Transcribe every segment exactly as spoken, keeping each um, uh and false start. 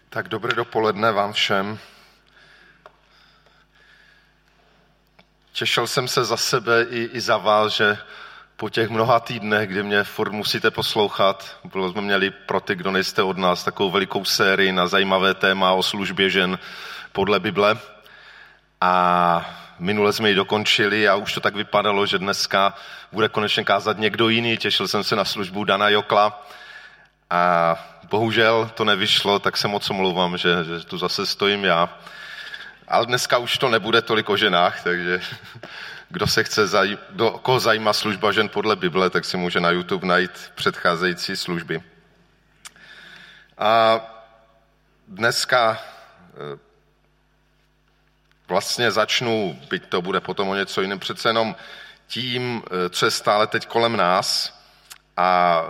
Tak dobré dopoledne vám všem. Těšil jsem se za sebe i, i za vás, že po těch mnoha týdnech, kdy mě furt musíte poslouchat, bylo jsme měli pro ty, kdo nejste od nás, takovou velikou sérii na zajímavé téma o službě žen podle Bible. A minule jsme ji dokončili a už to tak vypadalo, že dneska bude konečně kázat někdo jiný. Těšil jsem se na službu Dana Jokla a bohužel to nevyšlo, tak se moc omlouvám, že, že tu zase stojím já. Ale dneska už to nebude tolik o ženách, takže kdo se chce, zaj- do koho zajímá služba žen podle Bible, tak si může na YouTube najít předcházející služby. A dneska vlastně začnu, byť to bude potom o něco jiném, přece jenom tím, co je stále teď kolem nás a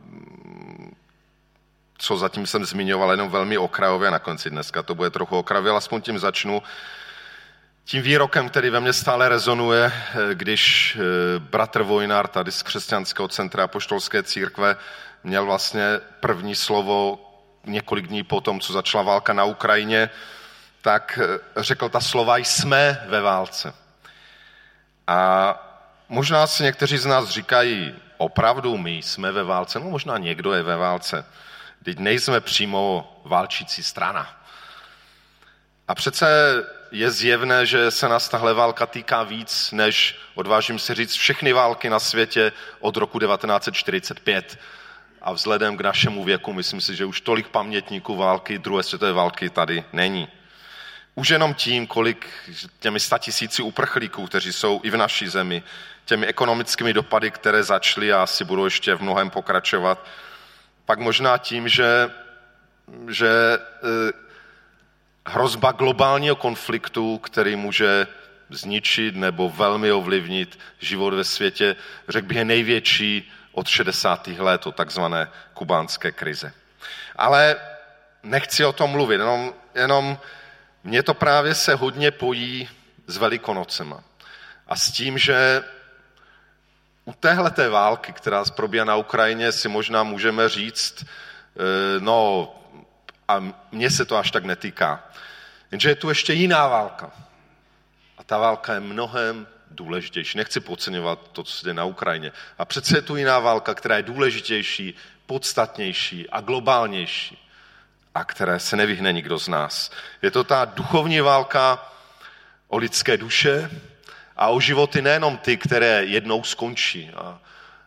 co zatím jsem zmiňoval jenom velmi okrajově, na konci dneska to bude trochu okrajově, ale aspoň tím začnu. Tím výrokem, který ve mně stále rezonuje, když bratr Vojnár tady z Křesťanského centra Apoštolské církve měl vlastně první slovo několik dní po tom, co začala válka na Ukrajině, tak řekl ta slova: jsme ve válce. A možná si někteří z nás říkají, opravdu my jsme ve válce, no možná někdo je ve válce. Teď nejsme přímo válčící strana. A přece je zjevné, že se nás tahle válka týká víc, než, odvážím se říct, všechny války na světě od roku devatenáct set čtyřicet pět. A vzhledem k našemu věku, myslím si, že už tolik pamětníků války, druhé světové války tady není. Už jenom tím, kolik těmi statisíci uprchlíků, kteří jsou i v naší zemi, těmi ekonomickými dopady, které začaly a asi budou ještě v mnohem pokračovat, pak možná tím, že, že eh, hrozba globálního konfliktu, který může zničit nebo velmi ovlivnit život ve světě, řekl bych, je největší od šedesátých let, od takzvané kubánské krize. Ale nechci o tom mluvit, jenom, jenom mně to právě se hodně pojí s Velikonocema. A s tím, že u téhleté války, která probíhá na Ukrajině, si možná můžeme říct, no a mně se to až tak netýká. Jenže je tu ještě jiná válka. A ta válka je mnohem důležitější. Nechci podceňovat to, co se děje na Ukrajině. A přece je tu jiná válka, která je důležitější, podstatnější a globálnější. A které se nevyhne nikdo z nás. Je to ta duchovní válka o lidské duše a o životy nejenom ty, které jednou skončí. A,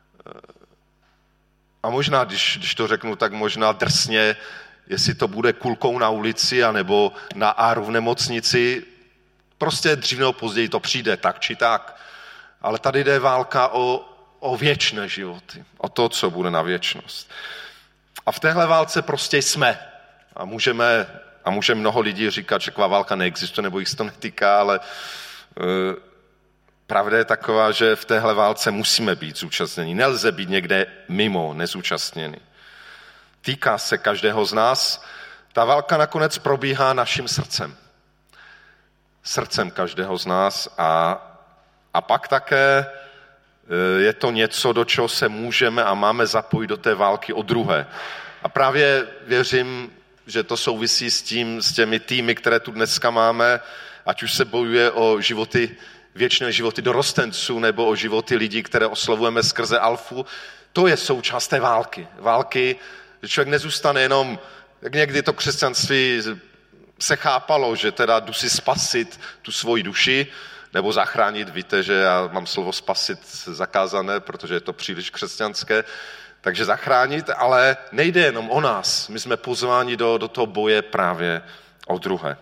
a možná, když, když to řeknu tak možná drsně, jestli to bude kulkou na ulici anebo na áru v nemocnici, prostě dřív nebo později to přijde, tak či tak. Ale tady jde válka o, o věčné životy, o to, co bude na věčnost. A v téhle válce prostě jsme. A můžeme, a může mnoho lidí říkat, že taková válka neexistuje, nebo jich se to netýká, ale e, pravda je taková, že v téhle válce musíme být zúčastněni. Nelze být někde mimo, nezúčastněni. Týká se každého z nás. Ta válka nakonec probíhá naším srdcem. Srdcem každého z nás a, a pak také je to něco, do čeho se můžeme a máme zapojit do té války o druhé. A právě věřím, že to souvisí s tím, s těmi týmy, které tu dneska máme, ať už se bojuje o životy, věčné životy dorostenců, nebo o životy lidí, které oslavujeme skrze Alfu. To je součást té války. Války, že člověk nezůstane jenom, jak někdy to křesťanství se chápalo, že teda jdu si spasit tu svoji duši, nebo zachránit. Víte, že já mám slovo spasit zakázané, protože je to příliš křesťanské, takže zachránit, ale nejde jenom o nás. My jsme pozváni do, do toho boje právě o druhé.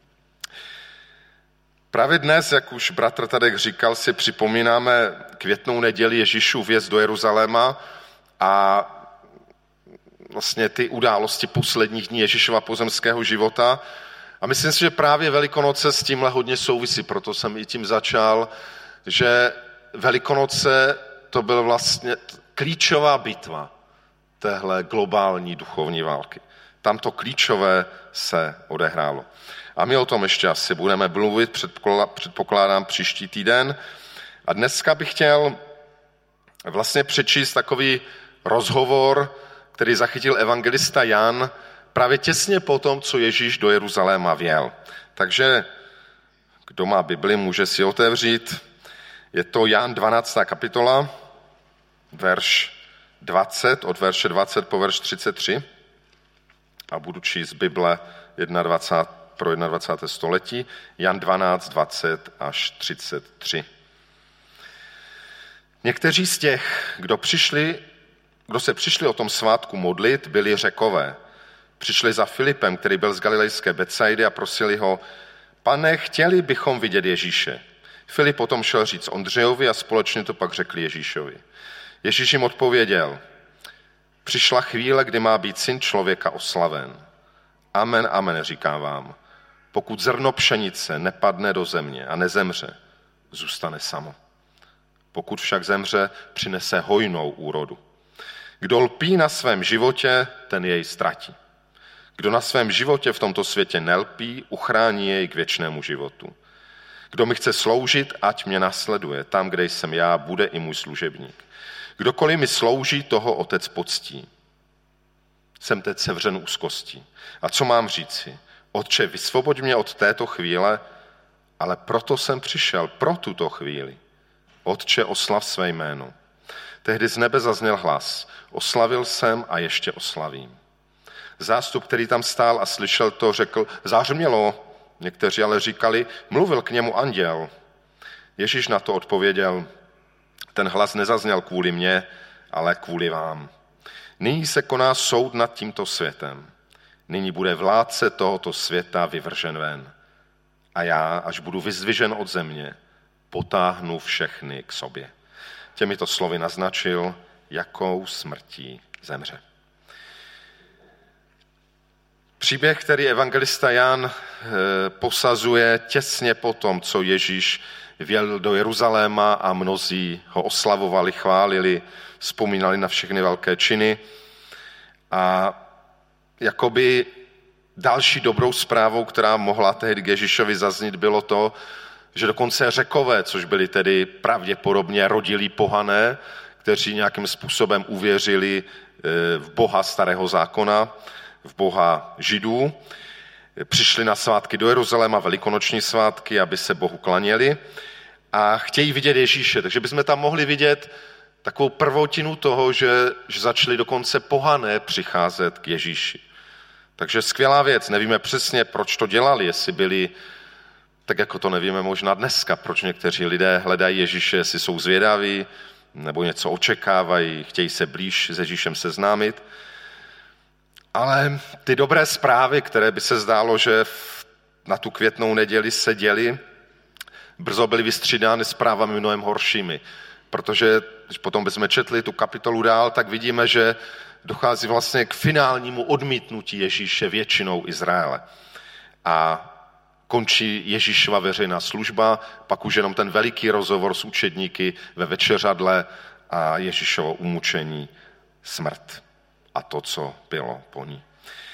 Právě dnes, jak už bratr Tadek říkal, si připomínáme květnou neděli Ježíšův vjezd do Jeruzaléma a vlastně ty události posledních dní Ježíšova pozemského života. A myslím si, že právě Velikonoce s tímhle hodně souvisí, proto jsem i tím začal, že Velikonoce to byl vlastně klíčová bitva téhle globální duchovní války. Tam to klíčové se odehrálo. A my o tom ještě asi budeme mluvit, předpokládám příští týden. A dneska bych chtěl vlastně přečíst takový rozhovor, který zachytil evangelista Jan právě těsně po tom, co Ježíš do Jeruzaléma vjel. Takže kdo má Bibli, může si otevřít. Je to Jan dvanáctá kapitola, verš dvacet, od verše dvacet po verš třicet tři. A budu číst Bible dvacet jedna pro dvacáté první století. Jan dvanáct, dvacet až třicet tři. Někteří z těch, kdo, přišli, kdo se přišli o tom svátku modlit, byli Řekové. Přišli za Filipem, který byl z galilejské Betsaidy a prosili ho: Pane, chtěli bychom vidět Ježíše. Filip potom šel říct Ondřejovi a společně to pak řekli Ježíšovi. Ježíš jim odpověděl: Přišla chvíle, kdy má být syn člověka oslaven. Amen, amen, říkám vám. Pokud zrno pšenice nepadne do země a nezemře, zůstane samo. Pokud však zemře, přinese hojnou úrodu. Kdo lpí na svém životě, ten jej ztratí. Kdo na svém životě v tomto světě nelpí, uchrání jej k věčnému životu. Kdo mi chce sloužit, ať mě nasleduje. Tam, kde jsem já, bude i můj služebník. Kdokoliv mi slouží, toho Otec poctí. Jsem teď sevřen úzkostí. A co mám říci? Otče, vysvoboď mě od této chvíle, ale proto jsem přišel, pro tuto chvíli. Otče, oslav své jméno. Tehdy z nebe zazněl hlas. Oslavil jsem a ještě oslavím. Zástup, který tam stál a slyšel to, řekl: Zářmělo. Někteří ale říkali: Mluvil k němu anděl. Ježíš na to odpověděl: Ten hlas nezazněl kvůli mně, ale kvůli vám. Nyní se koná soud nad tímto světem. Nyní bude vládce tohoto světa vyvržen ven. A já, až budu vyzdvižen od země, potáhnu všechny k sobě. Těmito slovy naznačil, jakou smrtí zemře. Příběh, který evangelista Jan posazuje těsně po tom, co Ježíš vjel do Jeruzaléma a mnozí ho oslavovali, chválili, vzpomínali na všechny velké činy. A jakoby další dobrou zprávou, která mohla tehdy k Ježíšovi zaznít, bylo to, že dokonce Řekové, což byli tedy pravděpodobně rodilí pohané, kteří nějakým způsobem uvěřili v Boha starého zákona, v Boha Židů, přišli na svátky do Jeruzaléma, velikonoční svátky, aby se Bohu klaněli a chtějí vidět Ježíše. Takže bychom tam mohli vidět takovou prvotinu toho, že, že začali dokonce pohané přicházet k Ježíši. Takže skvělá věc, nevíme přesně, proč to dělali, jestli byli, tak jako to nevíme možná dneska, proč někteří lidé hledají Ježíše, jestli jsou zvědaví, nebo něco očekávají, chtějí se blíž s Ježíšem seznámit. Ale ty dobré zprávy, které by se zdálo, že na tu květnou neděli se děly, brzo byly vystřídány zprávami mnohem horšími. Protože když potom bychom četli tu kapitolu dál, tak vidíme, že dochází vlastně k finálnímu odmítnutí Ježíše většinou Izraele. A končí Ježíšova veřejná služba, pak už jenom ten veliký rozhovor s učedníky ve večeřadle a Ježíšovo umučení, smrt a to, co bylo po ní.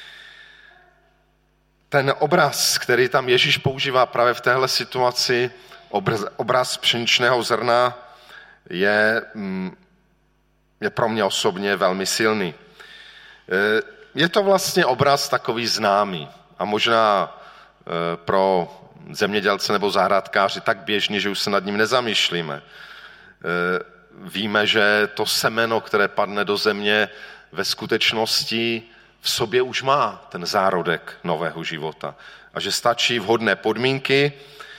Ten obraz, který tam Ježíš používá právě v téhle situaci, obraz, obraz pšeničného zrna, je, je pro mě osobně velmi silný. Je to vlastně obraz takový známý a možná pro zemědělce nebo zahrádkáři tak běžný, že už se nad ním nezamýšlíme. Víme, že to semeno, které padne do země, ve skutečnosti v sobě už má ten zárodek nového života. A že stačí vhodné podmínky.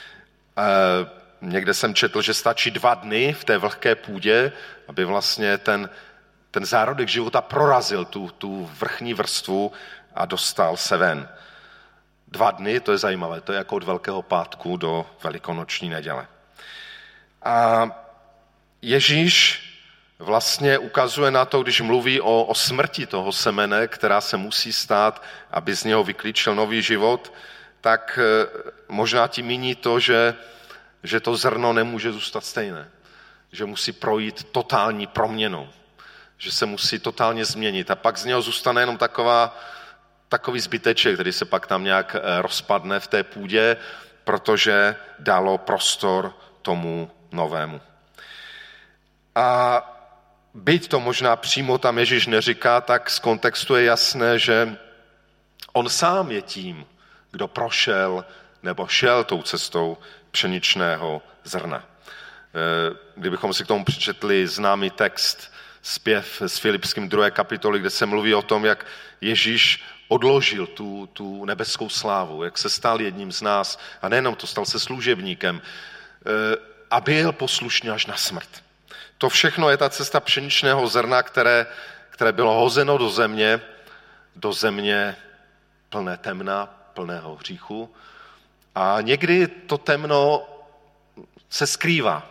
Někde jsem četl, že stačí dva dny v té vlhké půdě, aby vlastně ten, ten zárodek života prorazil tu, tu vrchní vrstvu a dostal se ven. Dva dny, to je zajímavé, to je jako od Velkého pátku do Velikonoční neděle. A Ježíš vlastně ukazuje na to, když mluví o, o smrti toho semene, která se musí stát, aby z něho vyklíčil nový život, tak možná tím míní to, že, že to zrno nemůže zůstat stejné. Že musí projít totální proměnou. Že se musí totálně změnit. A pak z něho zůstane jenom taková, takový zbyteček, který se pak tam nějak rozpadne v té půdě, protože dalo prostor tomu novému. A byť to možná přímo tam Ježíš neříká, tak z kontextu je jasné, že, On sám je tím, kdo prošel nebo šel tou cestou pšeničného zrna. Kdybychom si k tomu přečetli známý text, zpěv z Filipským druhé kapitoly, kde se mluví o tom, jak Ježíš odložil tu, tu nebeskou slávu, jak se stal jedním z nás a nejenom to, stal se služebníkem a byl poslušný až na smrt. To všechno je ta cesta pšeničného zrna, které, které bylo hozeno do země, do země plné temna, plného hříchu. A někdy to temno se skrývá.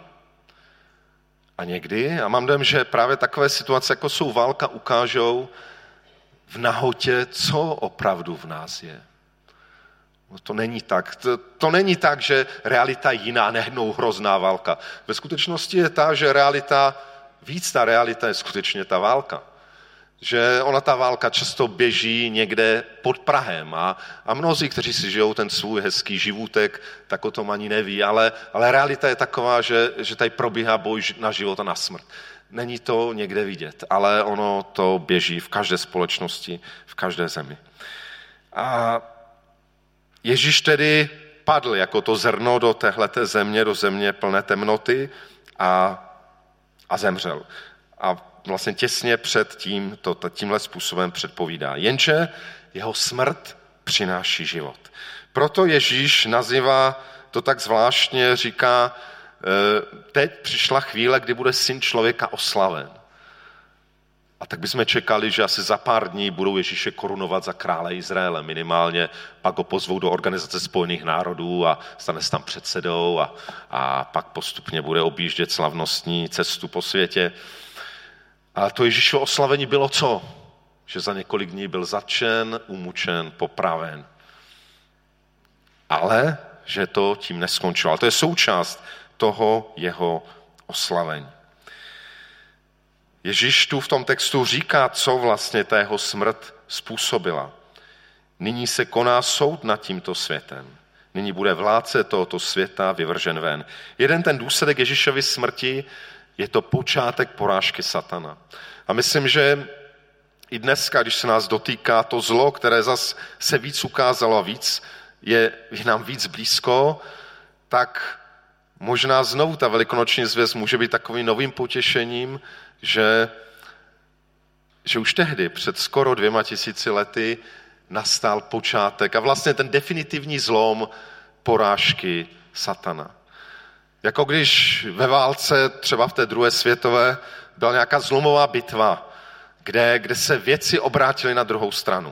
A někdy, a mám dojem, že právě takové situace, jako jsou válka, ukážou v nahotě, co opravdu v nás je. No to není tak. To, to není tak, že realita je jiná, nejednou hrozná válka. Ve skutečnosti je ta, že realita, víc ta realita je skutečně ta válka. Že ona ta válka často běží někde pod Prahem a, a mnozí, kteří si žijou ten svůj hezký životek, tak o tom ani neví, ale, ale realita je taková, že, že tady probíhá boj na život a na smrt. Není to někde vidět, ale ono to běží v každé společnosti, v každé zemi. A Ježíš tedy padl jako to zrno do téhleté země, do země plné temnoty a, a zemřel. A vlastně těsně před tím, to, tímhle způsobem předpovídá. Jenže jeho smrt přináší život. Proto Ježíš nazývá to tak zvláštně, říká, teď přišla chvíle, kdy bude syn člověka oslaven. A tak bychom čekali, že asi za pár dní budou Ježíše korunovat za krále Izraele minimálně, pak ho pozvou do Organizace spojených národů a stane se tam předsedou a, a pak postupně bude objíždět slavnostní cestu po světě. A to Ježíšovo oslavení bylo co? Že za několik dní byl zatčen, umučen, popraven. Ale že to tím neskončilo. Ale to je součást toho jeho oslavení. Ježíš tu v tom textu říká, co vlastně ta jeho smrt způsobila. Nyní se koná soud nad tímto světem. Nyní bude vládce tohoto světa vyvržen ven. Jeden ten důsledek Ježíšovy smrti je to počátek porážky satana. A myslím, že i dneska, když se nás dotýká to zlo, které zas se víc ukázalo a víc je, je nám víc blízko, tak možná znovu ta velikonoční zvěst může být takovým novým potěšením, že, že už tehdy, před skoro dvěma tisíci lety, nastal počátek a vlastně ten definitivní zlom porážky satana. Jako když ve válce, třeba v té druhé světové, byla nějaká zlomová bitva, kde, kde se věci obrátily na druhou stranu.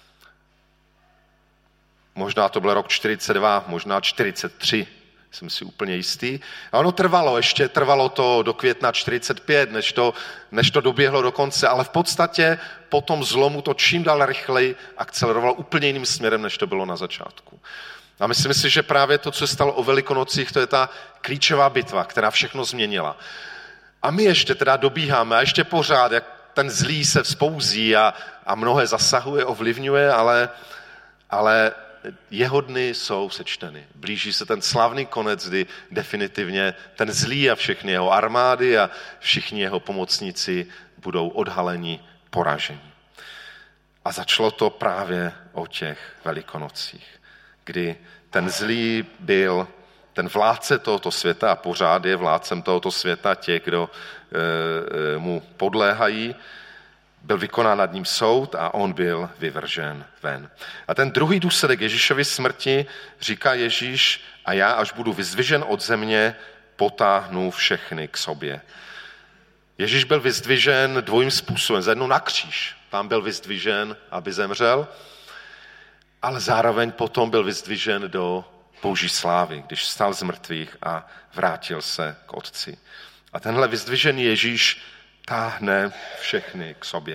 Možná to byl rok čtyřicet dva, možná čtyřicet tři, jsem si úplně jistý. A ono trvalo, ještě trvalo to do května čtyřicet pět, než to, než to doběhlo do konce, ale v podstatě po tom zlomu to čím dál rychleji akcelerovalo úplně jiným směrem, než to bylo na začátku. A myslím si, že právě to, co se stalo o Velikonocích, to je ta klíčová bitva, která všechno změnila. A my ještě teda dobíháme a ještě pořád, jak ten zlý se vzpouzí a, a mnohé zasahuje, ovlivňuje, ale, ale jeho dny jsou sečteny. Blíží se ten slavný konec, kdy definitivně ten zlý a všechny jeho armády a všichni jeho pomocníci budou odhaleni, poraženi. A začalo to právě o těch Velikonocích, kdy ten zlý byl ten vládce tohoto světa a pořád je vládcem tohoto světa, těch, kdo e, mu podléhají, byl vykonán nad ním soud a on byl vyvržen ven. A ten druhý důsledek Ježíšovy smrti říká Ježíš, a já, až budu vyzdvižen od země, potáhnu všechny k sobě. Ježíš byl vyzdvižen dvojím způsobem. Za jednou na kříž. Tam byl vyzdvižen, aby zemřel, ale zároveň potom byl vyzdvižen do Boží slávy, když vstal z mrtvých a vrátil se k Otci. A tenhle vyzdvižený Ježíš táhne všechny k sobě.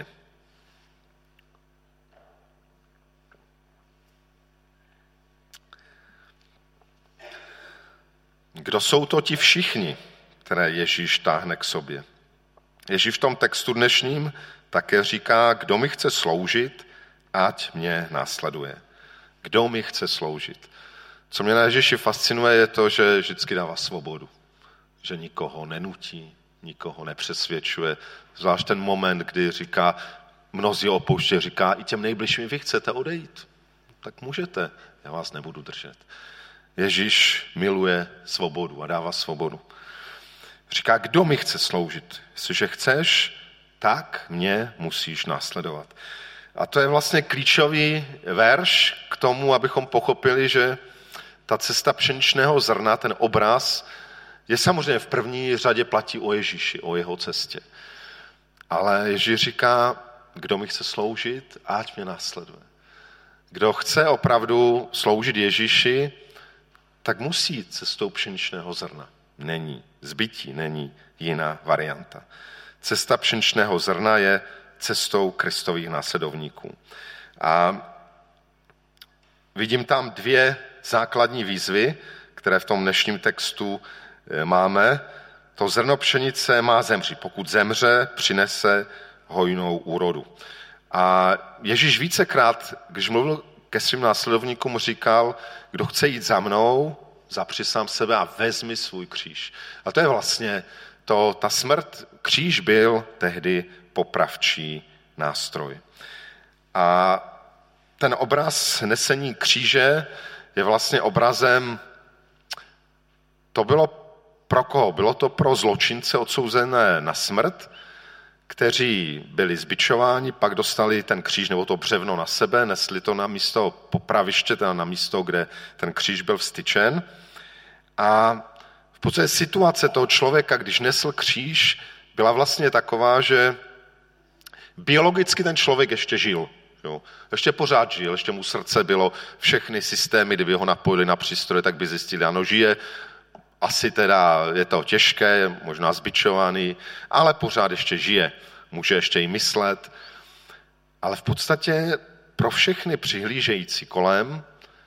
Kdo jsou to ti všichni, které Ježíš táhne k sobě? Ježíš v tom textu dnešním také říká, kdo mi chce sloužit, ať mě následuje. Kdo mi chce sloužit? Co mě na Ježíši fascinuje, je to, že vždycky dává svobodu. Že nikoho nenutí, nikoho nepřesvědčuje. Zvlášť ten moment, kdy říká, mnozí opouště, říká, i těm nejbližším vy chcete odejít. tak můžete, já vás nebudu držet. Ježíš miluje svobodu a dává svobodu. Říká, kdo mi chce sloužit? Jestliže chceš, tak mě musíš následovat. A to je vlastně klíčový verš k tomu, abychom pochopili, že ta cesta pšeničného zrna, ten obraz, je samozřejmě v první řadě platí o Ježíši, o jeho cestě. Ale Ježíš říká, kdo mi chce sloužit, ať mě následuje. Kdo chce opravdu sloužit Ježíši, tak musí jít cestou pšeničného zrna. Není zbytí, není jiná varianta. Cesta pšeničného zrna je cestou Kristových následovníků. A vidím tam dvě základní výzvy, které v tom dnešním textu máme. To zrno pšenice má zemřít. Pokud zemře, přinese hojnou úrodu. A Ježíš vícekrát, když mluvil ke svým následovníkům, říkal, kdo chce jít za mnou, zapři sám sebe a vezmi svůj kříž. A to je vlastně to, ta smrt, kříž byl tehdy popravčí nástroj. A ten obraz nesení kříže je vlastně obrazem, to bylo pro koho? Bylo to pro zločince odsouzené na smrt, kteří byli zbičováni, pak dostali ten kříž nebo to břevno na sebe, nesli to na místo popraviště, teda na místo, kde ten kříž byl vstyčen. A v podstatě situace toho člověka, když nesl kříž, byla vlastně taková, že biologicky ten člověk ještě žil. Jo. Ještě pořád žil, ještě mu srdce bylo, všechny systémy, kdyby ho napojili na přístroje, tak by zjistili, ano, žije. Asi teda je to těžké, možná zbičovaný, ale pořád ještě žije. Může ještě i myslet. Ale v podstatě pro všechny přihlížející kolem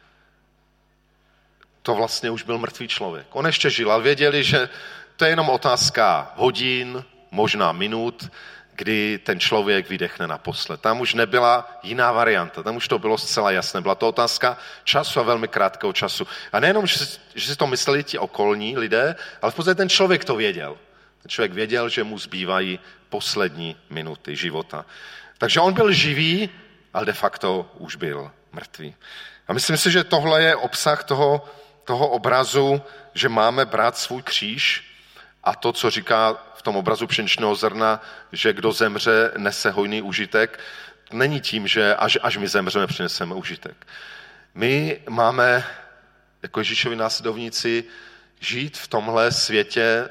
to vlastně už byl mrtvý člověk. On ještě žil, ale věděli, že to je jenom otázka hodin, možná minut, kdy ten člověk vydechne naposled. Tam už nebyla jiná varianta, tam už to bylo zcela jasné. Byla to otázka času a velmi krátkého času. A nejenom, že si, že si to mysleli ti okolní lidé, ale v podstatě ten člověk to věděl. Ten člověk věděl, že mu zbývají poslední minuty života. Takže on byl živý, ale de facto už byl mrtvý. A myslím si, že tohle je obsah toho, toho obrazu, že máme brát svůj kříž a to, co říká v tom obrazu pšeničného zrna, že kdo zemře, nese hojný užitek, není tím, že až, až my zemřeme, přineseme užitek. My máme jako Ježíšovi následovníci žít v tomhle světě,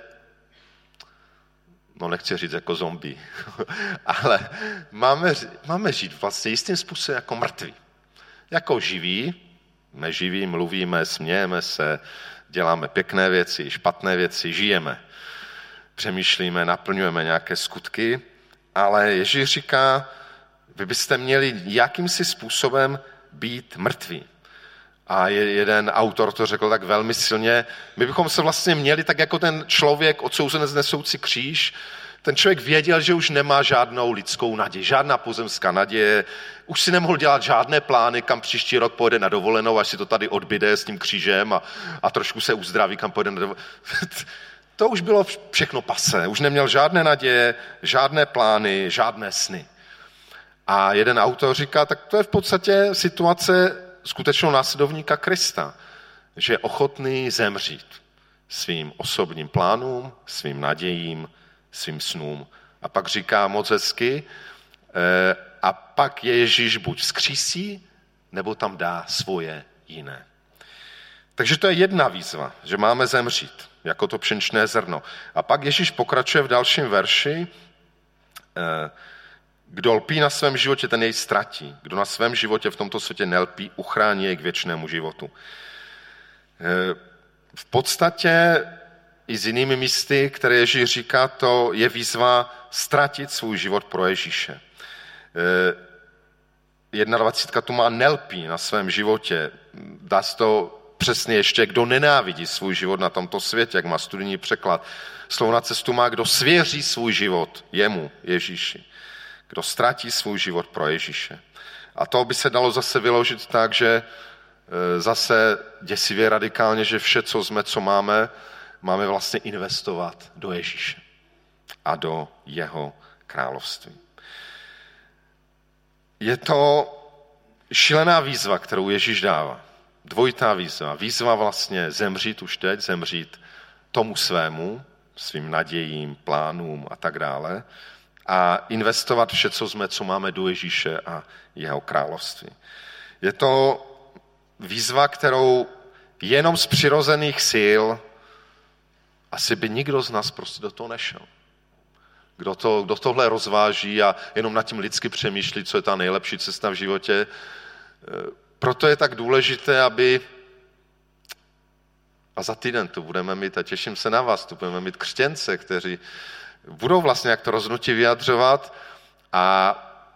no nechci říct jako zombie, ale máme, máme žít vlastně jistým způsobem jako mrtví. Jako živí, jsme živí, mluvíme, smějeme se, děláme pěkné věci, špatné věci, žijeme. Přemýšlíme, naplňujeme nějaké skutky, ale Ježíš říká, vy byste měli jakýmsi způsobem být mrtví. A jeden autor to řekl tak velmi silně, my bychom se vlastně měli tak jako ten člověk odsouzenec nesoucí kříž, ten člověk věděl, že už nemá žádnou lidskou naději, žádná pozemská naděje, už si nemohl dělat žádné plány, kam příští rok pojede na dovolenou, až si to tady odbyde s tím křížem a, a trošku se uzdraví, kam pojede na dovolenou. To už bylo všechno pasé, už neměl žádné naděje, žádné plány, žádné sny. A jeden autor říká, tak to je v podstatě situace skutečného následovníka Krista, že je ochotný zemřít svým osobním plánům, svým nadějím, svým snům. A pak říká moc hezky, eh, a pak je Ježíš buď vzkřísí, nebo tam dá svoje jiné. Takže to je jedna výzva, že máme zemřít, jako to pšeničné zrno. A pak Ježíš pokračuje v dalším verši, eh, kdo lpí na svém životě, ten jej ztratí. Kdo na svém životě v tomto světě nelpí, uchrání jej k věčnému životu. Eh, v podstatě i s jinými místy, které Ježíš říká, to je výzva ztratit svůj život pro Ježíše. dvacet jedna tu má nelpí na svém životě. Dá se to přesně ještě, kdo nenávidí svůj život na tomto světě, jak má studijní překlad. Slovo na cestu má, kdo svěří svůj život jemu, Ježíši. Kdo ztratí svůj život pro Ježíše. A to by se dalo zase vyložit tak, že zase děsivě radikálně, že vše, co jsme, co máme, máme vlastně investovat do Ježíše a do jeho království. Je to šílená výzva, kterou Ježíš dává. Dvojitá výzva. Výzva vlastně zemřít už teď, zemřít tomu svému, svým nadějím, plánům a tak dále a investovat vše, co jsme, co máme do Ježíše a jeho království. Je to výzva, kterou jenom z přirozených sil asi by nikdo z nás prostě do toho nešel. Kdo, to, kdo tohle rozváží a jenom nad tím lidsky přemýšlí, co je ta nejlepší cesta v životě. Proto je tak důležité, aby, a za týden tu budeme mít, a těším se na vás, tu budeme mít křtěnce, kteří budou vlastně jak to rozhodnutí vyjadřovat a,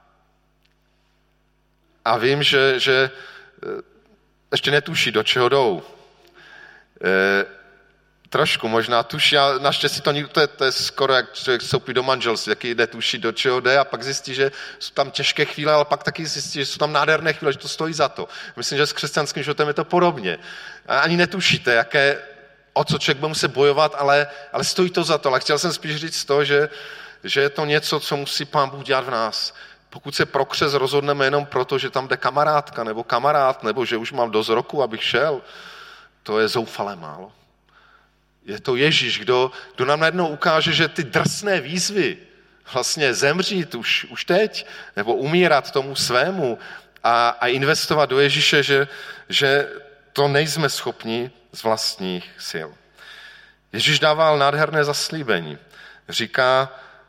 a vím, že, že ještě netuší, do čeho jdou. E, trošku možná tuší, a naštěstí to, to, je, to je skoro jak člověk vstoupí do manželství, jaký netuší, do čeho jde a pak zjistí, že jsou tam těžké chvíle, ale pak taky zjistí, že jsou tam nádherné chvíle, že to stojí za to. Myslím, že s křesťanským životem je to podobně. A ani netušíte, jaké, o co člověk bude muset bojovat, ale, ale stojí to za to. Ale chtěl jsem spíš říct to, že, že je to něco, co musí Pán Bůh dělat v nás. Pokud se pro křest rozhodneme jenom proto, že tam jde kamarádka nebo kamarád, nebo že už mám dost roku, abych šel, to je zoufale málo. Je to Ježíš, kdo, kdo nám najednou ukáže, že ty drsné výzvy, vlastně zemřít už, už teď, nebo umírat tomu svému a, a investovat do Ježíše, že, že to nejsme schopni z vlastních sil. Ježíš dával nádherné zaslíbení. Říká,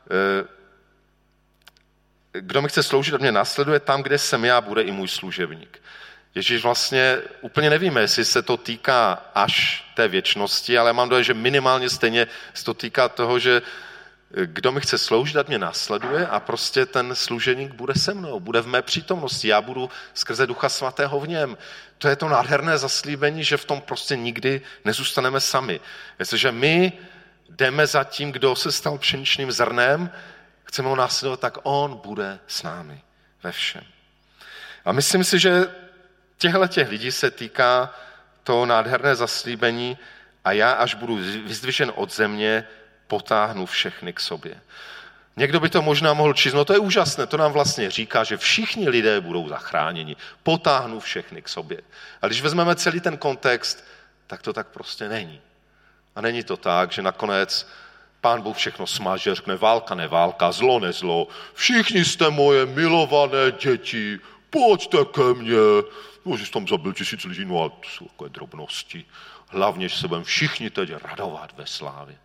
kdo mi chce sloužit, a mě následuje, tam, kde jsem já, bude i můj služebník. Ježíš vlastně, úplně nevíme, jestli se to týká až té věčnosti, ale mám dojem, že minimálně stejně se to týká toho, že kdo mi chce sloužit, ať mě následuje a prostě ten služeník bude se mnou, bude v mé přítomnosti, já budu skrze Ducha Svatého v něm. To je to nádherné zaslíbení, že v tom prostě nikdy nezůstaneme sami. Jestliže my jdeme za tím, kdo se stal pšeničným zrnem, chceme ho následovat, tak on bude s námi ve všem. A myslím si, že těchto těch lidí se týká to nádherné zaslíbení a já, až budu vyzdvižen od země, potáhnu všechny k sobě. Někdo by to možná mohl číst, no to je úžasné, to nám vlastně říká, že všichni lidé budou zachráněni, potáhnu všechny k sobě. A když vezmeme celý ten kontext, tak to tak prostě není. A není to tak, že nakonec Pán Bůh všechno smaže, řekne válka, neválka, zlo, nezlo, všichni jste moje milované děti, pojďte ke mně. No, že jsi tam zabil tisíc lidí, no a to jsou takové drobnosti. Hlavně, že se budeme všichni teď radovat ve slávě.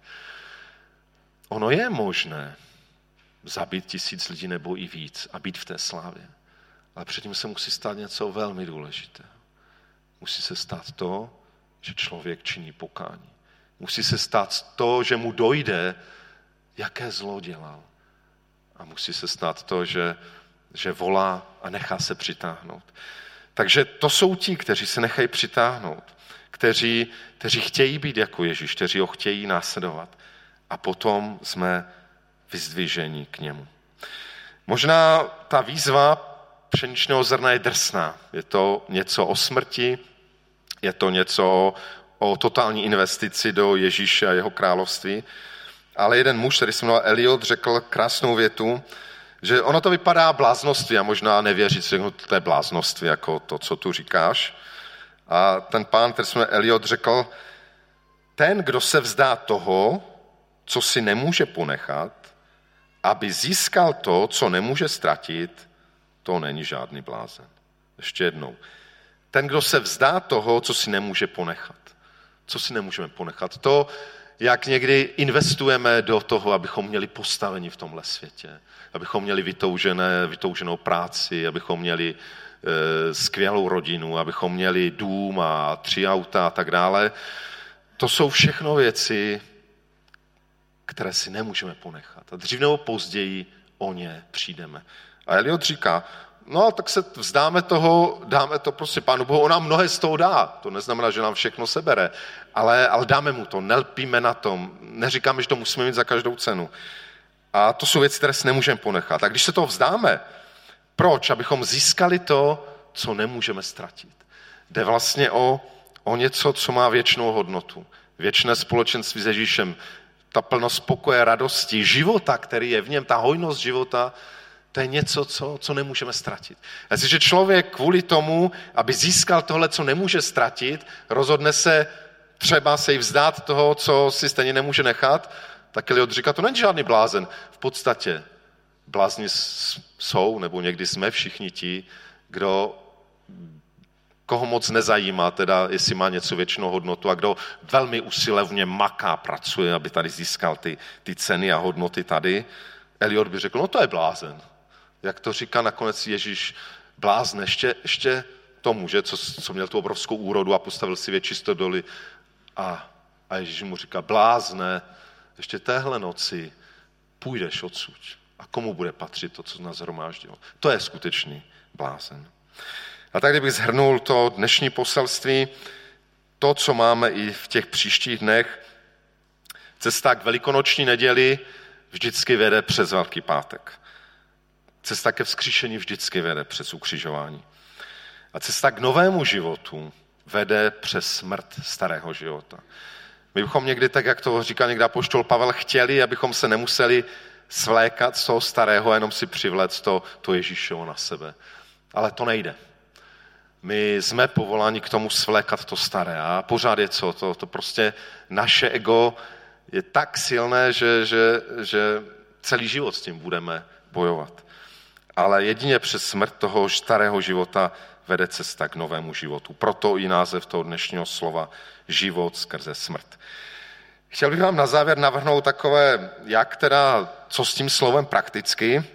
Ono je možné zabít tisíc lidí nebo i víc a být v té slávě. Ale předtím se musí stát něco velmi důležitého. Musí se stát to, že člověk činí pokání. Musí se stát to, že mu dojde, jaké zlo dělal. A musí se stát to, že, že volá a nechá se přitáhnout. Takže to jsou ti, kteří se nechají přitáhnout, kteří, kteří chtějí být jako Ježíš, kteří ho chtějí následovat. A potom jsme vyzdviženi k němu. Možná ta výzva pšeničného zrna je drsná. Je to něco o smrti, je to něco o, o totální investici do Ježíše a jeho království. Ale jeden muž, který se jmenoval Eliot, řekl krásnou větu, že ono to vypadá bláznoství a možná nevěřit si, že to je bláznoství, jako to, co tu říkáš. A ten pán, který se jmenuje Eliot, řekl, ten, kdo se vzdá toho, co si nemůže ponechat, aby získal to, co nemůže ztratit, to není žádný blázen. Ještě jednou. Ten, kdo se vzdá toho, co si nemůže ponechat. Co si nemůžeme ponechat? To, jak někdy investujeme do toho, abychom měli postavení v tomhle světě, abychom měli vytoužené, vytouženou práci, abychom měli e, skvělou rodinu, abychom měli dům a tři auta a tak dále. To jsou všechno věci, které si nemůžeme ponechat. A dřív nebo později o ně přijdeme. A Eliot říká, no tak se vzdáme toho, dáme to prostě Pánu Bohu, on nám mnohé z toho dá. To neznamená, že nám všechno sebere, ale, ale dáme mu to, nelpíme na tom, neříkáme, že to musíme mít za každou cenu. A to jsou věci, které si nemůžeme ponechat. A když se toho vzdáme, proč? Abychom získali to, co nemůžeme ztratit. Jde vlastně o, o něco, co má věčnou hodnotu. Věčné společenství s Ježíšem, ta plnost pokoje, radosti, života, který je v něm, ta hojnost života, To je něco, co, co nemůžeme ztratit. A jestliže člověk kvůli tomu, aby získal tohle, co nemůže ztratit, rozhodne se třeba se jí vzdát toho, co si stejně nemůže nechat, tak Eliot říká, to není žádný blázen. V podstatě blázni jsou, nebo někdy jsme všichni ti, kdo, koho moc nezajímá, teda jestli má něco věčnou hodnotu a kdo velmi usilovně maká, pracuje, aby tady získal ty, ty ceny a hodnoty tady. Eliot by řekl, no to je blázen. Jak to říká nakonec Ježíš, blázne, ještě, ještě to může, co, co měl tu obrovskou úrodu a postavil si větší stodoly. A, a Ježíš mu říká, blázne, ještě téhle noci půjdeš odsud. A komu bude patřit to, co nás shromáždilo? To je skutečný blázen. A tak, kdybych shrnul to dnešní poselství, to, co máme i v těch příštích dnech, cesta k velikonoční neděli vždycky vede přes Velký pátek. Cesta ke vzkříšení vždycky vede přes ukřižování. A cesta k novému životu vede přes smrt starého života. My bychom někdy, tak jak to říká někdy apoštol Pavel, chtěli, abychom se nemuseli svlékat z toho starého a jenom si přivléct to, to Ježíšovo na sebe. Ale to nejde. My jsme povoláni k tomu svlékat to staré a pořád je co, to, to prostě naše ego je tak silné, že, že, že celý život s tím budeme bojovat. Ale jedině přes smrt toho starého života vede cesta k novému životu. Proto i název toho dnešního slova život skrze smrt. Chtěl bych vám na závěr navrhnout takové, jak teda, co s tím slovem prakticky. E,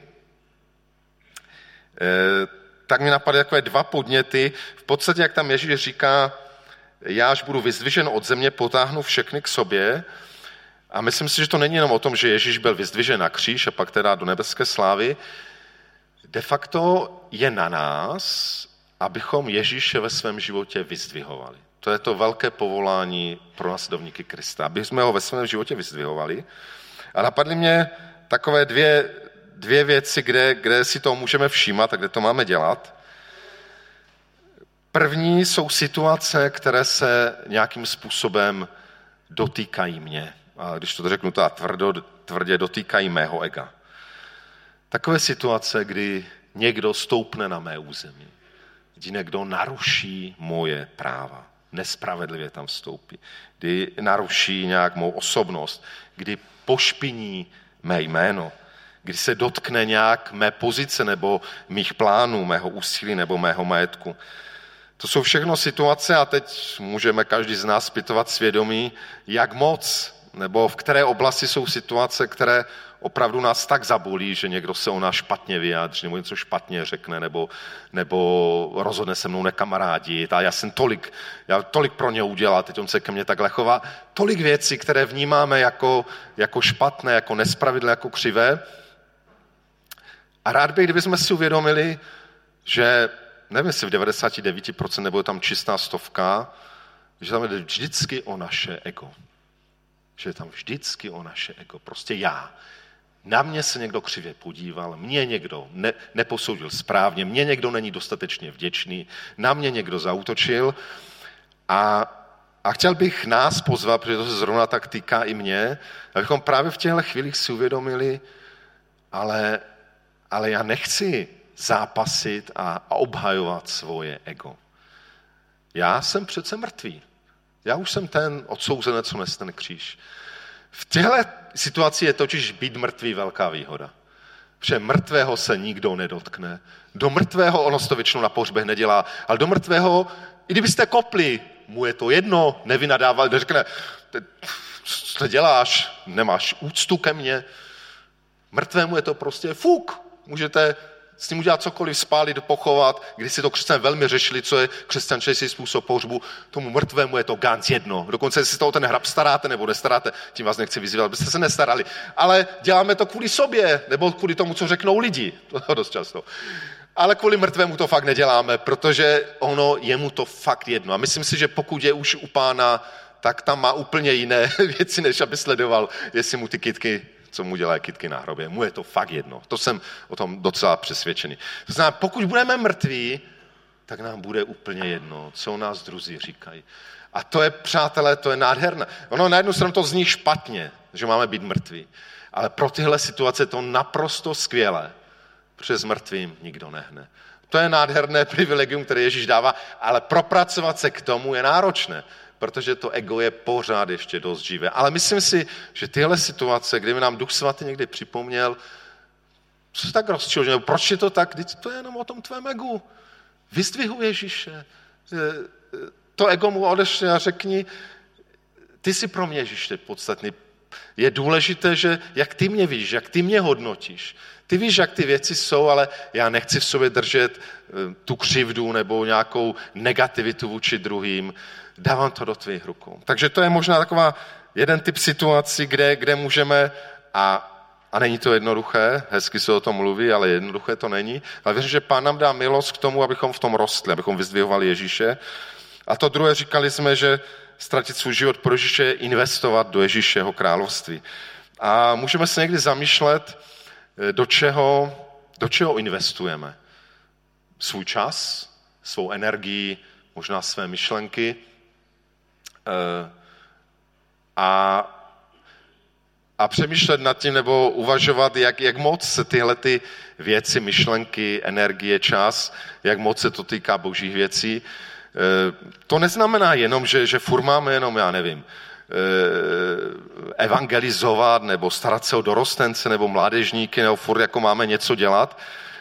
tak mi napadaly takové dva podněty. V podstatě, jak tam Ježíš říká, já až budu vyzdvižen od země, potáhnu všechny k sobě. A myslím si, že to není jenom o tom, že Ježíš byl vyzdvižen na kříž a pak teda do nebeské slávy. De facto je na nás, abychom Ježíše ve svém životě vyzdvihovali. To je to velké povolání pro následovníky Krista, aby jsme ho ve svém životě vyzdvihovali. A napadly mě takové dvě, dvě věci, kde, kde si to můžeme všímat a kde to máme dělat. První jsou situace, které se nějakým způsobem dotýkají mě. A když to řeknu tak tvrdo, tvrdě, dotýkají mého ega. Takové situace, kdy někdo stoupne na mé území, kdy někdo naruší moje práva, nespravedlivě tam vstoupí, kdy naruší nějak mou osobnost, kdy pošpiní mé jméno, kdy se dotkne nějak mé pozice nebo mých plánů, mého úsilí nebo mého majetku. To jsou všechno situace a teď můžeme každý z nás zpytovat svědomí, jak moc nebo v které oblasti jsou situace, které opravdu nás tak zabolí, že někdo se o nás špatně vyjádří, nebo něco špatně řekne, nebo, nebo rozhodne se mnou nekamarádit a já jsem tolik, já tolik pro ně udělal, teď on se ke mně takhle chová. Tolik věcí, které vnímáme jako, jako špatné, jako nespravedlivé, jako křivé. A rád bych, kdybychom si uvědomili, že nevím, jestli v devadesát devět procent nebo je tam čistá stovka, že tam jde vždycky o naše ego. Že je tam vždycky o naše ego. Prostě já. Na mě se někdo křivě podíval, mě někdo ne, neposoudil správně, mě někdo není dostatečně vděčný, na mě někdo zaútočil a, a chtěl bych nás pozvat, protože to se zrovna tak týká i mě, abychom právě v těchto chvílích si uvědomili, ale, ale já nechci zápasit a, a obhajovat svoje ego. Já jsem přece mrtvý. Já už jsem ten odsouzenec, co nese ten kříž. V těchto situaci je totiž být mrtvý velká výhoda. Protože mrtvého se nikdo nedotkne. Do mrtvého, ono se to většinou na pohřbech nedělá, ale do mrtvého, i kdybyste kopli, mu je to jedno, nevynadával, neřekne, co to děláš, nemáš úctu ke mně. Mrtvému je to prostě fuk. Můžete s ním udělat cokoliv, spálit, pochovat. Když si to křesťané velmi řešili, co je křesťančejší způsob pohřbu, tomu mrtvému je to ganz jedno. Dokonce, jestli toho ten hrab staráte nebo nestaráte, tím vás nechci vyzývat, abyste se nestarali. Ale děláme to kvůli sobě, nebo kvůli tomu, co řeknou lidi. To dost často. Ale kvůli mrtvému to fakt neděláme, protože ono, jemu to fakt jedno. A myslím si, že pokud je už u Pána, tak tam má úplně jiné věci, než aby sledoval, jestli mu ty kytky, co mu dělají kytky na hrobě. Mu je to fakt jedno. To jsem o tom docela přesvědčený. To znamená, pokud budeme mrtví, tak nám bude úplně jedno, co o nás druzí říkají. A to je, přátelé, to je nádherné. Ono na jednu stranu to zní špatně, že máme být mrtví. Ale pro tyhle situace je to naprosto skvělé, protože s mrtvým nikdo nehne. To je nádherné privilegium, které Ježíš dává, ale propracovat se k tomu je náročné, protože to ego je pořád ještě dost živé. Ale myslím si, že tyhle situace, kdyby nám Duch Svatý někdy připomněl, co se tak rozčiložil, proč je to tak, teď to je jenom o tom tvém egu. Vyzdvihuj Ježíše. To ego mu odešli a řekni, ty jsi pro mě, Ježíše, podstatný. Je důležité, že jak ty mě víš, jak ty mě hodnotíš. Ty víš, jak ty věci jsou, ale já nechci v sobě držet tu křivdu nebo nějakou negativitu vůči druhým. Dávám to do tvých rukou. Takže to je možná taková jeden typ situací, kde, kde můžeme, a, a není to jednoduché, hezky se o tom mluví, ale jednoduché to není, ale věřím, že Pán nám dá milost k tomu, abychom v tom rostli, abychom vyzdvihovali Ježíše. A to druhé, říkali jsme, že ztratit svůj život pro Ježíše je investovat do Ježíšeho království. A můžeme se někdy zamýšlet, do čeho, do čeho investujeme. Svůj čas, svou energii, možná své myšlenky. A, a přemýšlet nad tím, nebo uvažovat, jak, jak moc se tyhle ty věci, myšlenky, energie, čas, jak moc se to týká božích věcí. To neznamená jenom, že, že furt máme jenom, já nevím, evangelizovat nebo starat se o dorostence nebo mládežníky, nebo furt jako máme něco dělat.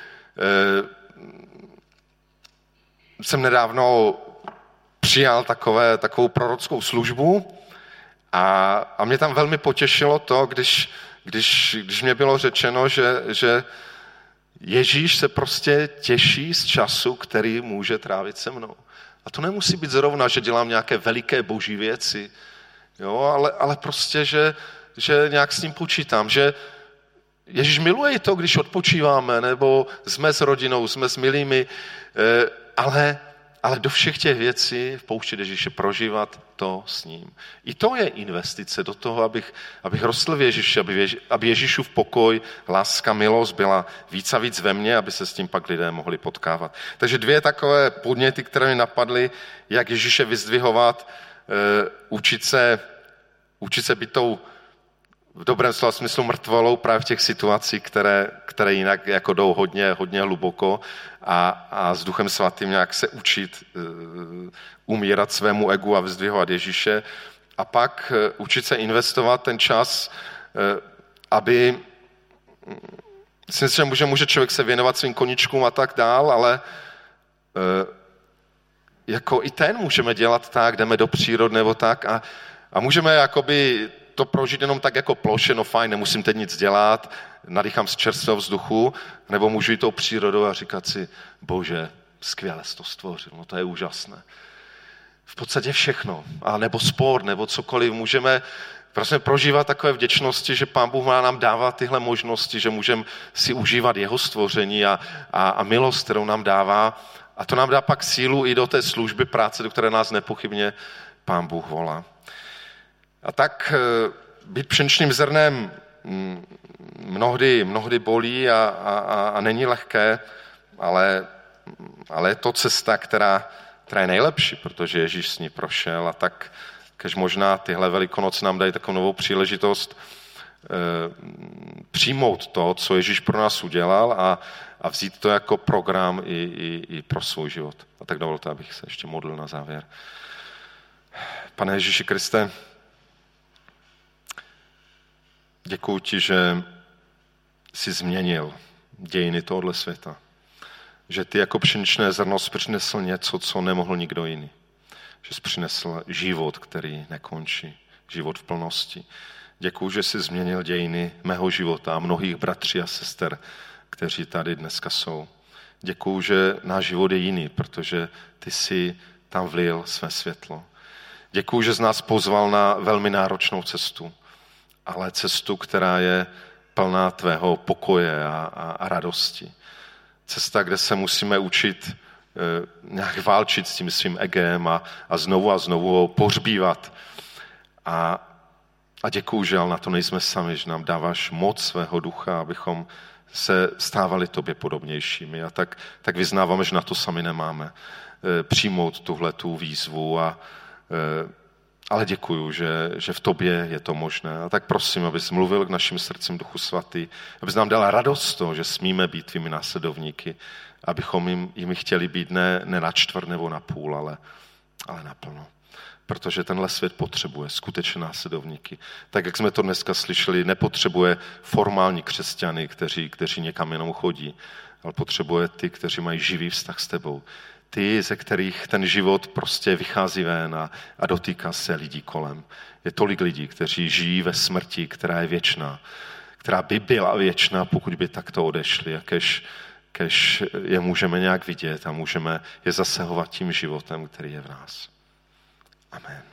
Jsem nedávno přijal takové, takovou prorockou službu a, a mě tam velmi potěšilo to, když, když, když mě bylo řečeno, že, že Ježíš se prostě těší z času, který může trávit se mnou. A to nemusí být zrovna, že dělám nějaké veliké boží věci, jo, ale, ale prostě, že, že nějak s ním počítám, že Ježíš miluje i to, když odpočíváme, nebo jsme s rodinou, jsme s milými, ale, ale do všech těch věcí v poušti Ježíše prožívat to s ním. I to je investice do toho, abych, abych rostl v Ježíši, aby, Ježí, aby Ježíšův pokoj, láska, milost byla víc a víc ve mně, aby se s tím pak lidé mohli potkávat. Takže dvě takové podněty, které mi napadly, jak Ježíše vyzdvihovat, e, učit se, učit se být tou v dobrém slova smyslu mrtvolou právě v těch situacích, které, které jinak jako jdou hodně, hodně hluboko a, a s Duchem Svatým nějak se učit uh, umírat svému egu a vyzdvihovat Ježíše a pak uh, učit se investovat ten čas, uh, aby si myslím, že může, může člověk se věnovat svým koníčkům a tak dál, ale uh, jako i ten můžeme dělat tak, jdeme do přírody nebo tak a, a můžeme jakoby to prožít jenom tak jako ploše, no fajn, nemusím teď nic dělat, nadýchám z čerstvého vzduchu, nebo můžu jít tou přírodou a říkat si, bože, skvěle jsi to stvořil, no to je úžasné. V podstatě všechno, a nebo sport, nebo cokoliv, můžeme prostě prožívat takové vděčnosti, že Pán Bůh má nám dává tyhle možnosti, že můžeme si užívat jeho stvoření a, a, a milost, kterou nám dává, a to nám dá pak sílu i do té služby práce, do které nás nepochybně Pán Bůh volá. A tak být pšeničným zrnem mnohdy, mnohdy bolí a, a, a není lehké, ale, ale je to cesta, která, která je nejlepší, protože Ježíš s ní prošel a tak, kež možná tyhle Velikonoce nám dají takovou novou příležitost e, přijmout to, co Ježíš pro nás udělal a, a vzít to jako program i, i, i pro svůj život. A tak dovolte, abych se ještě modlil na závěr. Pane Ježíši Kriste, děkuji ti, že jsi změnil dějiny tohoto světa. Že ty jako pšeničné zrno jsi přinesl něco, co nemohl nikdo jiný. Že jsi přinesl život, který nekončí. Život v plnosti. Děkuji, že jsi změnil dějiny mého života a mnohých bratří a sester, kteří tady dneska jsou. Děkuji, že náš život je jiný, protože ty jsi tam vlil své světlo. Děkuji, že z nás pozval na velmi náročnou cestu, ale cestu, která je plná tvého pokoje a, a, a radosti. Cesta, kde se musíme učit e, nějak válčit s tím svým egem a, a znovu a znovu ho pohřbívat. A, a děkuju, že ale na to nejsme sami, že nám dáváš moc svého ducha, abychom se stávali tobě podobnějšími. A tak, tak vyznáváme, že na to sami nemáme. E, přijmout tuhletu výzvu a, e, ale děkuju, že, že v tobě je to možné. A tak prosím, abys mluvil k našim srdcem, Duchu Svatý, abys nám dala radost z toho, že smíme být tvými následovníky, abychom jim, jimi chtěli být ne, ne na čtvrt nebo na půl, ale, ale naplno. Protože tenhle svět potřebuje skutečné následovníky. Tak, jak jsme to dneska slyšeli, nepotřebuje formální křesťany, kteří, kteří někam jenom chodí, ale potřebuje ty, kteří mají živý vztah s tebou. Ty, ze kterých ten život prostě vychází ven a, a dotýká se lidí kolem. Je tolik lidí, kteří žijí ve smrti, která je věčná, která by byla věčná, pokud by takto odešli. A kež, kež je můžeme nějak vidět a můžeme je zasahovat tím životem, který je v nás. Amen.